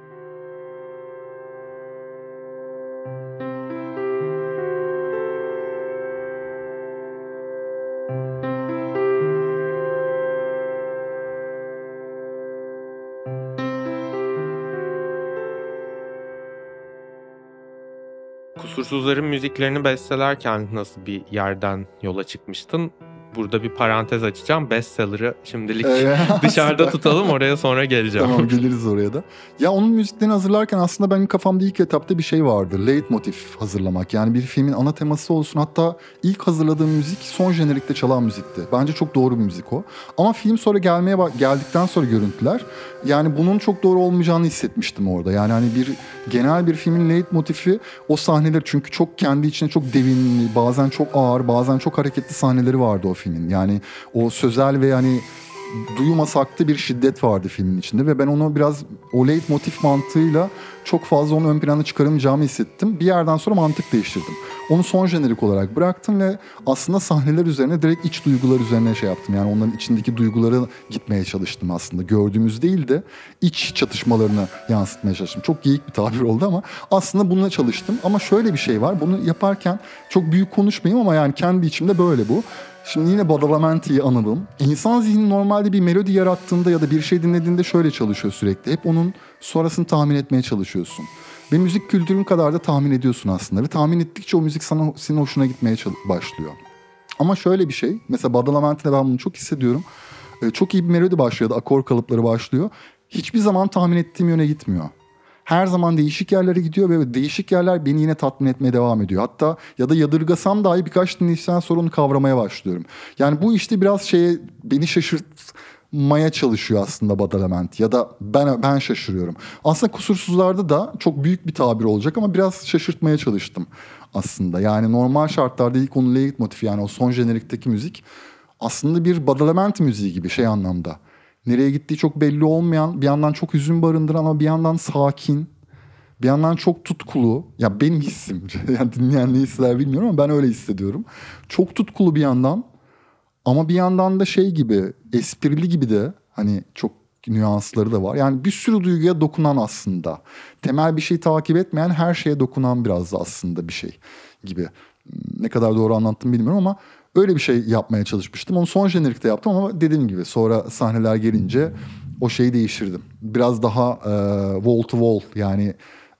Kusursuzların müziklerini bestelerken nasıl bir yerden yola çıkmıştın? Burada bir parantez açacağım. Bestseller'ı şimdilik dışarıda tutalım, oraya sonra geleceğim. Tamam, geliriz oraya da. Ya onun müziklerini hazırlarken aslında benim kafamda ilk etapta bir şey vardı. Leitmotiv hazırlamak. Yani bir filmin ana teması olsun. Hatta ilk hazırladığım müzik son jenerikte çalan müzikti. Bence çok doğru bir müzik o. Ama film sonra geldikten sonra görüntüler, yani bunun çok doğru olmayacağını hissetmiştim orada. Yani hani genel bir filmin leitmotifi o sahneler, çünkü çok kendi içinde çok devinli, bazen çok ağır, bazen çok hareketli sahneleri vardı o filmin. Yani o sözel ve hani duymasak da bir şiddet vardı filmin içinde ve ben onu biraz o leitmotiv mantığıyla çok fazla onu ön plana çıkaramayacağımı hissettim. Bir yerden sonra mantık değiştirdim. Onu son jenerik olarak bıraktım ve aslında sahneler üzerine, direkt iç duygular üzerine şey yaptım. Yani onların içindeki duyguları gitmeye çalıştım aslında. Gördüğümüz değil de iç çatışmalarını yansıtmaya çalıştım. Çok geyik bir tabir oldu ama aslında bununla çalıştım. Ama şöyle bir şey var. Bunu yaparken çok büyük konuşmayayım ama yani kendi içimde böyle bu. Şimdi yine Badalamenti'yi analım. İnsan zihni normalde bir melodi yarattığında ya da bir şey dinlediğinde şöyle çalışıyor sürekli. Hep onun sonrasını tahmin etmeye çalışıyorsun. Ve müzik kültürün kadar da tahmin ediyorsun aslında. Ve tahmin ettikçe o müzik senin hoşuna gitmeye başlıyor. Ama şöyle bir şey. Mesela Badalamenti'de ben bunu çok hissediyorum. Çok iyi bir melodi başlıyor, akor kalıpları başlıyor. Hiçbir zaman tahmin ettiğim yöne gitmiyor. Her zaman değişik yerlere gidiyor ve değişik yerler beni yine tatmin etmeye devam ediyor. Hatta ya da yadırgasam dahi birkaç dinleyişten sonra onu kavramaya başlıyorum. Yani bu işte biraz beni şaşırtmaya çalışıyor aslında Badalamenti. Ya da ben şaşırıyorum. Aslında Kusursuzlar'da da çok büyük bir tabir olacak ama biraz şaşırtmaya çalıştım aslında. Yani normal şartlarda ilk onun leitmotifi, yani o son jenerikteki müzik aslında bir Badalamenti müziği gibi anlamda. Nereye gittiği çok belli olmayan, bir yandan çok hüzün barındıran ama bir yandan sakin, bir yandan çok tutkulu. Ya benim hissim, yani dinleyen ne hisseder bilmiyorum ama ben öyle hissediyorum. Çok tutkulu bir yandan ama bir yandan da gibi, esprili gibi de, hani çok nüansları da var. Yani bir sürü duyguya dokunan aslında. Temel bir şey takip etmeyen, her şeye dokunan biraz da aslında bir şey gibi. Ne kadar doğru anlattım bilmiyorum ama öyle bir şey yapmaya çalışmıştım. Onu son jenerikte yaptım ama dediğim gibi sonra sahneler gelince o şeyi değiştirdim. Biraz daha wall to wall, yani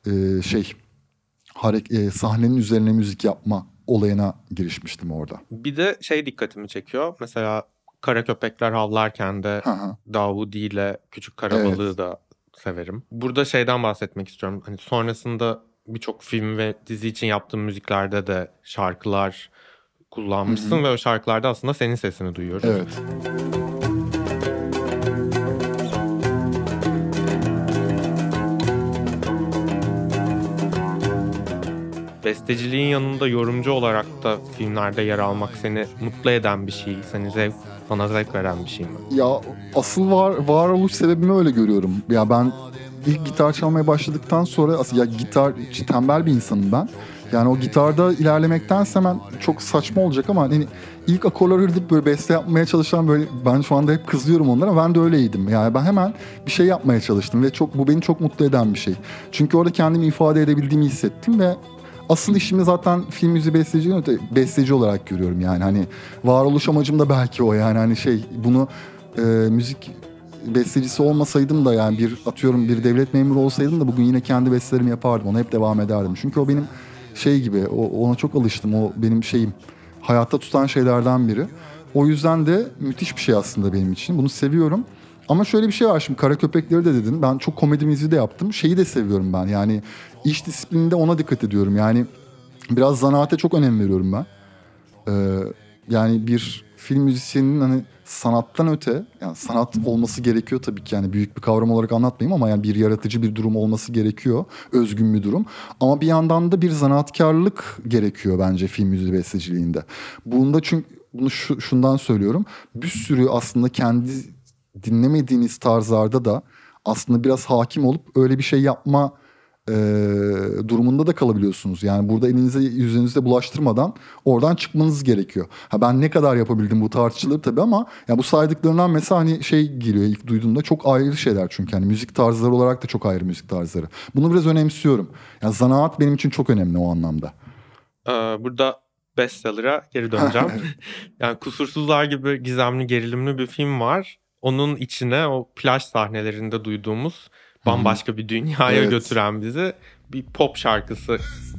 sahnenin üzerine müzik yapma olayına girişmiştim orada. Bir de dikkatimi çekiyor. Mesela Kara Köpekler Havlarken de Davudi ile Küçük Karabalığı da severim. Burada bahsetmek istiyorum. Hani sonrasında birçok film ve dizi için yaptığım müziklerde de şarkılar kullanmışsın ve o şarkılarda aslında senin sesini duyuyoruz. Evet. Besteciliğin yanında yorumcu olarak da filmlerde yer almak seni mutlu eden bir şey, sana zevk veren bir şey mi? Ya asıl varoluş sebebimi öyle görüyorum. Ya ben ilk gitar çalmaya başladıktan sonra ya gitar tembel bir insanım ben. Yani o gitarda ilerlemektense hemen çok saçma olacak ama hani ilk akorları öğrenip böyle beste yapmaya çalışan böyle ben şu anda hep kızıyorum onlara. Ben de öyleydim. Yani ben hemen bir şey yapmaya çalıştım ve bu beni çok mutlu eden bir şey. Çünkü orada kendimi ifade edebildiğimi hissettim ve asıl işimi zaten film müziği besteci olarak görüyorum yani. Hani varoluş amacım da belki o yani hani bunu müzik bestecisi olmasaydım da yani bir devlet memuru olsaydım da bugün yine kendi bestelerimi yapardım. Ona hep devam ederdim. Çünkü o benim gibi ona çok alıştım. O benim hayatta tutan şeylerden biri. O yüzden de müthiş bir şey aslında benim için. Bunu seviyorum. Ama şöyle bir şey var şimdi Kara Köpekleri de dedin. Ben çok komedi müziği de yaptım. Şeyi de seviyorum ben. Yani iş disiplininde ona dikkat ediyorum. Yani biraz zanaate çok önem veriyorum ben. Yani bir film müzisyeninin hani sanattan öte yani sanat olması gerekiyor tabii ki yani büyük bir kavram olarak anlatmayayım ama yani bir yaratıcı bir durum olması gerekiyor. Özgün bir durum. Ama bir yandan da bir zanaatkarlık gerekiyor bence film müziği besteciliğinde. Bunu şundan söylüyorum. Bir sürü aslında kendi dinlemediğiniz tarzlarda da aslında biraz hakim olup öyle bir şey yapma durumunda da kalabiliyorsunuz. Yani burada elinize yüzünüze bulaştırmadan oradan çıkmanız gerekiyor. Ben ne kadar yapabildim bu tartışılır tabii ama ya bu saydıklarından mesela hani geliyor ilk duyduğumda çok ayrı şeyler çünkü hani müzik tarzları olarak da çok ayrı müzik tarzları. Bunu biraz önemsiyorum. Yani zanaat benim için çok önemli o anlamda. Burada bestseller'a geri döneceğim. Yani Kusursuzlar gibi gizemli gerilimli bir film var. Onun içine o plaj sahnelerinde duyduğumuz bambaşka bir dünyaya götüren bizi bir pop şarkısı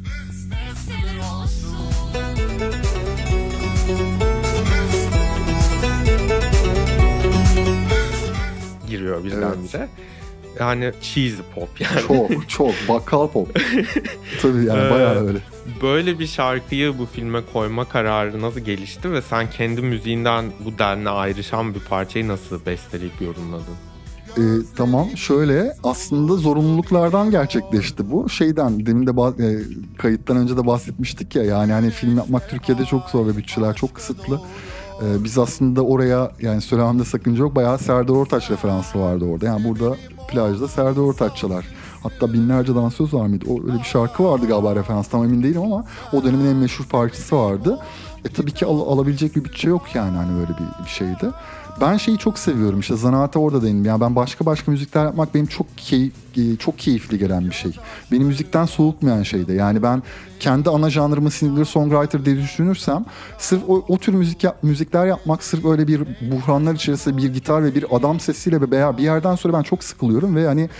giriyor birdenbire. Yani cheesy pop yani. Çok bakkal pop. Tabii yani bayağı öyle. Böyle bir şarkıyı bu filme koyma kararı nasıl gelişti ve sen kendi müziğinden bu denli ayrışan bir parçayı nasıl besteleyip yorumladın? Tamam şöyle aslında zorunluluklardan gerçekleşti bu. Demin de kayıttan önce de bahsetmiştik ya yani hani film yapmak Türkiye'de çok zor ve bütçeler çok kısıtlı. Biz aslında oraya yani söylememde sakınca yok bayağı Serdar Ortaç referansı vardı orada. Yani burada plajda Serdar Ortaç çalar. Hatta binlerce dansöz var mıydı? Öyle bir şarkı vardı galiba referans tam emin değilim ama o dönemin en meşhur parçası vardı. Tabii ki alabilecek bir bütçe yok yani hani öyle bir şeydi. Ben çok seviyorum işte zanaate orada değilim. Yani ben başka müzikler yapmak benim çok keyifli gelen bir şey. Beni müzikten soğutmayan şey de. Yani ben kendi ana janrımı singer songwriter diye düşünürsem sırf o tür müzikler yapmak sırf öyle bir buhranlar içerisinde bir gitar ve bir adam sesiyle veya bir yerden sonra ben çok sıkılıyorum ve hani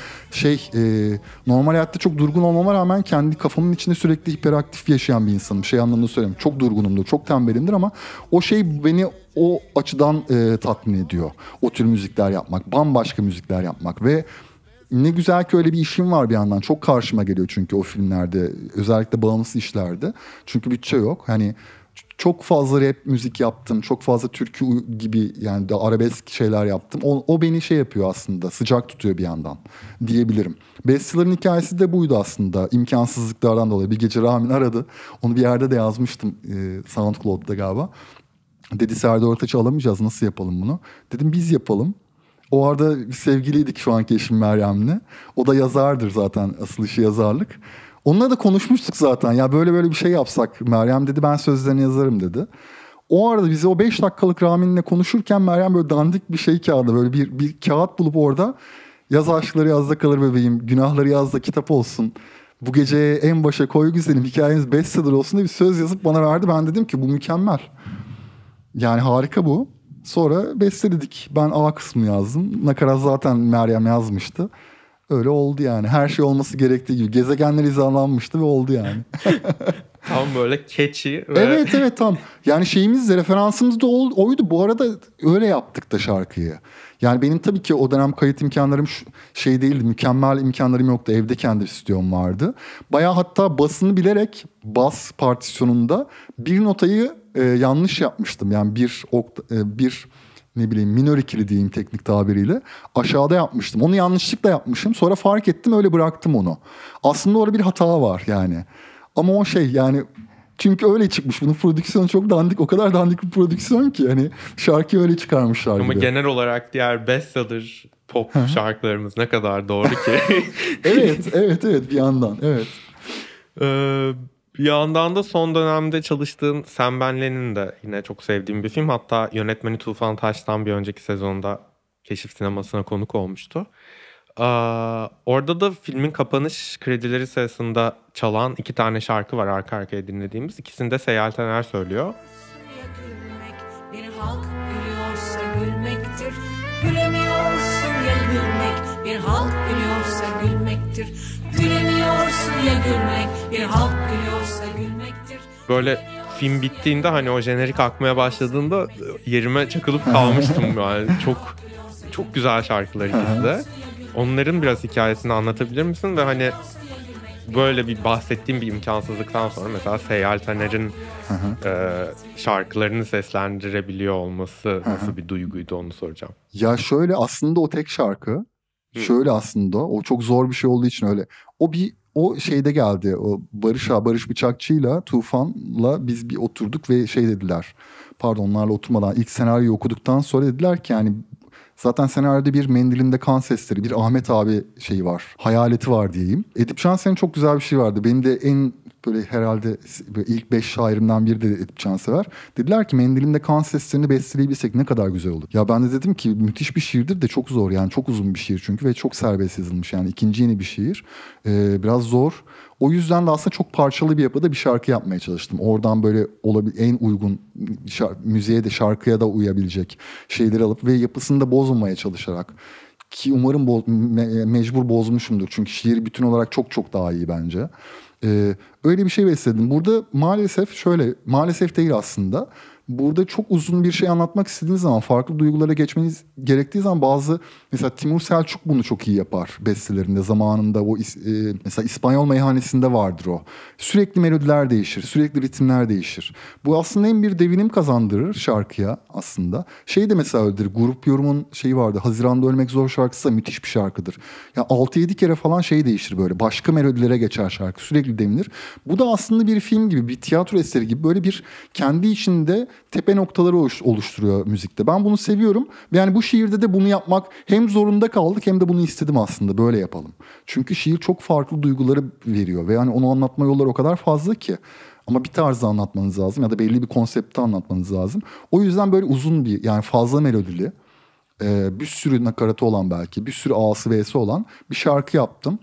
normal hayatta çok durgun olmama rağmen kendi kafamın içinde sürekli hiperaktif yaşayan bir insanım. Anlamında söyleyeyim. Çok durgunumdur, çok tembelimdir ama o beni o açıdan tatmin ediyor. O tür müzikler yapmak, bambaşka müzikler yapmak ve ne güzel ki öyle bir işim var bir yandan. Çok karşıma geliyor çünkü o filmlerde, özellikle bağımsız işlerde. Çünkü bütçe yok. Hani çok fazla rap müzik yaptım. Çok fazla türkü gibi yani de arabesk şeyler yaptım. O beni yapıyor aslında. Sıcak tutuyor bir yandan diyebilirim. Bestseller'ın hikayesi de buydu aslında. İmkansızlıklardan dolayı. Bir gece Ramin aradı. Onu bir yerde de yazmıştım. SoundCloud'da galiba. Dedi Serdar Ortaç'ı alamayacağız. Nasıl yapalım bunu? Dedim biz yapalım. O arada bir sevgiliydik şu anki eşim Meryem'le. O da yazardır zaten. Asıl işi yazarlık. Onunla da konuşmuştuk zaten. Ya böyle bir şey yapsak. Meryem dedi ben sözlerini yazarım dedi. O arada bize o 5 dakikalık Ramin'le konuşurken Meryem böyle dandik bir kağıdı. Böyle bir kağıt bulup orada yaz aşkları yazda kalır bebeğim. Günahları yazda kitap olsun. Bu geceye en başa koy güzelim. Hikayemiz bestseller olsun diye bir söz yazıp bana verdi. Ben dedim ki bu mükemmel. Yani harika bu. Sonra besteledik. Ben A kısmı yazdım. Nakarat zaten Meryem yazmıştı. Öyle oldu yani. Her şey olması gerektiği gibi. Gezegenler hizalanmıştı ve oldu yani. Tam böyle catchy ve... Evet tam. Yani referansımız da oydu. Bu arada öyle yaptık da şarkıyı. Yani benim tabii ki o dönem kayıt imkanlarım değildi. Mükemmel imkanlarım yoktu. Evde kendi stüdyom vardı. Bayağı hatta basını bilerek bas partisyonunda bir notayı yanlış yapmıştım. Yani bir minör ikili diyeyim teknik tabiriyle aşağıda yapmıştım. Onu yanlışlıkla yapmışım. Sonra fark ettim öyle bıraktım onu. Aslında orada bir hata var yani. Ama o şey yani çünkü öyle çıkmış. Bunun prodüksiyonu çok dandik. O kadar dandik bir prodüksiyon ki hani şarkıyı öyle çıkarmışlar Ama gibi. genel olarak diğer bestseller pop şarkılarımız ne kadar doğru ki. Evet bir yandan evet. Bir yandan da son dönemde çalıştığım Sen Ben Lenin de yine çok sevdiğim bir film. Hatta yönetmeni Tufan Taş'tan bir önceki sezonda Keşif Sineması'na konuk olmuştu. Orada da filmin kapanış kredileri sırasında çalan 2 tane şarkı var arka arkaya dinlediğimiz. İkisini de Seyyal Taner söylüyor. Gülmek, bir halk gülüyorsa gülmektir. Gülemiyorsun ya gülmek, bir halk gülüyorsa gülmektir. Gülemiyorsun ya gülmek, bir halk gülüyorsa gülmektir. Böyle film bittiğinde hani o jenerik akmaya başladığında yerime çakılıp kalmıştım yani. Çok güzel şarkılar ikisi de. Onların biraz hikayesini anlatabilir misin? Ve hani böyle bir bahsettiğim bir imkansızlıktan sonra mesela Seyyal Taner'in şarkılarını seslendirebiliyor olması nasıl bir duyguydu onu soracağım. Ya şöyle aslında o tek şarkı. Şöyle aslında o çok zor bir şey olduğu için öyle. O şeyde geldi. O Barış Bıçakçı'yla Tufan'la biz bir oturduk ve şey dediler. Pardon onlarla oturmadan ilk senaryoyu okuduktan sonra dediler ki yani zaten senaryoda bir mendilinde kan sesleri, bir Ahmet abi şeyi var. Hayaleti var diyeyim. Edip Cansever'in çok güzel bir şey vardı. Benim de en böyle herhalde böyle ilk 5 şairimden biri de Edip Cansever. Dediler ki mendilinde kan seslerini besteleyebilsek ne kadar güzel olur. Ya ben de dedim ki müthiş bir şiirdir de çok zor yani çok uzun bir şiir çünkü ve çok serbest yazılmış yani ikinci yeni bir şiir. Biraz zor. O yüzden de aslında çok parçalı bir yapıda bir şarkı yapmaya çalıştım. Oradan böyle en uygun müziğe de şarkıya da uyabilecek şeyleri alıp ve yapısını da bozmamaya çalışarak. Ki umarım mecbur bozmuşumdur. Çünkü şiir bütün olarak çok daha iyi bence. Öyle bir şey besledim. Burada maalesef değil aslında. Burada çok uzun bir şey anlatmak istediğiniz zaman farklı duygulara geçmeniz gerektiği zaman mesela Timur Selçuk bunu çok iyi yapar bestelerinde zamanında mesela İspanyol Meyhanesi'nde vardır o. Sürekli melodiler değişir, sürekli ritimler değişir. Bu aslında en bir devinim kazandırır şarkıya aslında. Şey de mesela öyledir. Grup Yorum'un şeyi vardı. Haziran'da Ölmek Zor şarkısı da müthiş bir şarkıdır. Ya 6-7 kere falan şey değişir böyle. Başka melodilere geçer şarkı. Sürekli devinir. Bu da aslında bir film gibi, bir tiyatro eseri gibi böyle bir kendi içinde tepe noktaları oluşturuyor müzikte. Ben bunu seviyorum. Yani bu şiirde de bunu yapmak hem zorunda kaldık hem de bunu istedim aslında. Böyle yapalım. Çünkü şiir çok farklı duyguları veriyor ve yani onu anlatma yolları o kadar fazla ki. Ama bir tarzda anlatmanız lazım ya da belli bir konsepti anlatmanız lazım. O yüzden böyle uzun bir yani fazla melodili, bir sürü nakaratı olan belki, bir sürü A'sı V'si olan bir şarkı yaptım.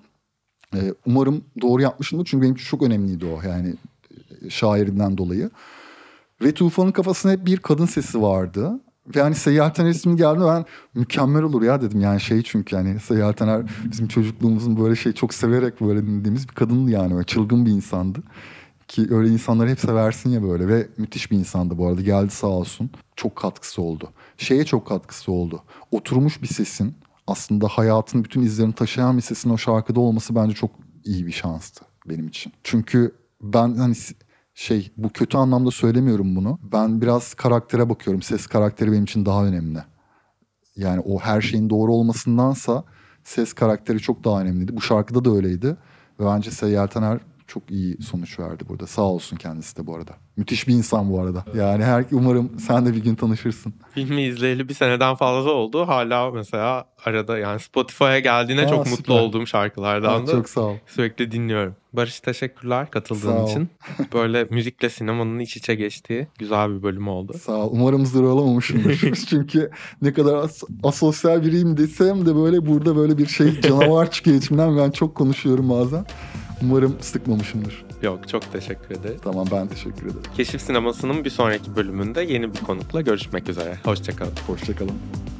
Umarım doğru yapmışımdır çünkü benim için çok önemliydi o yani şairinden dolayı. Ve Tufan'ın kafasında hep bir kadın sesi vardı. Ve hani Seyyal Taner ismi geldi ben mükemmel olur ya dedim. Yani çünkü yani Seyyal Taner bizim çocukluğumuzun böyle çok severek böyle dinlediğimiz bir kadındı yani. Böyle çılgın bir insandı. Ki öyle insanları hep seversin ya böyle. Ve müthiş bir insandı bu arada. Geldi sağ olsun. Çok katkısı oldu. Çok katkısı oldu. Oturmuş bir sesin aslında hayatın bütün izlerini taşıyan bir sesin o şarkıda olması bence çok iyi bir şanstı benim için. Çünkü ben hani bu kötü anlamda söylemiyorum bunu. Ben biraz karaktere bakıyorum. Ses karakteri benim için daha önemli. Yani o her şeyin doğru olmasındansa ses karakteri çok daha önemliydi. Bu şarkıda da öyleydi. Ve bence Seyyal Taner çok iyi sonuç verdi burada. Sağ olsun kendisi de bu arada. Müthiş bir insan bu arada. Yani umarım sen de bir gün tanışırsın. Filmi izleyeli bir seneden fazla oldu. Hala mesela arada yani Spotify'a geldiğine çok süper. mutlu olduğum şarkılardan da çok sağ ol. sürekli dinliyorum. Barış teşekkürler katıldığın için. Böyle müzikle sinemanın iç içe geçtiği güzel bir bölüm oldu. Sağ ol. Umarım zırvalamamışımdır. Çünkü ne kadar asosyal biriyim desem de böyle burada böyle bir canavar çıkıyor içimden. Ben çok konuşuyorum bazen. Umarım sıkmamışımdır. Yok çok teşekkür ederim. Tamam ben teşekkür ederim. Keşif Sineması'nın bir sonraki bölümünde yeni bir konukla görüşmek üzere. Hoşçakalın. Hoşçakalın.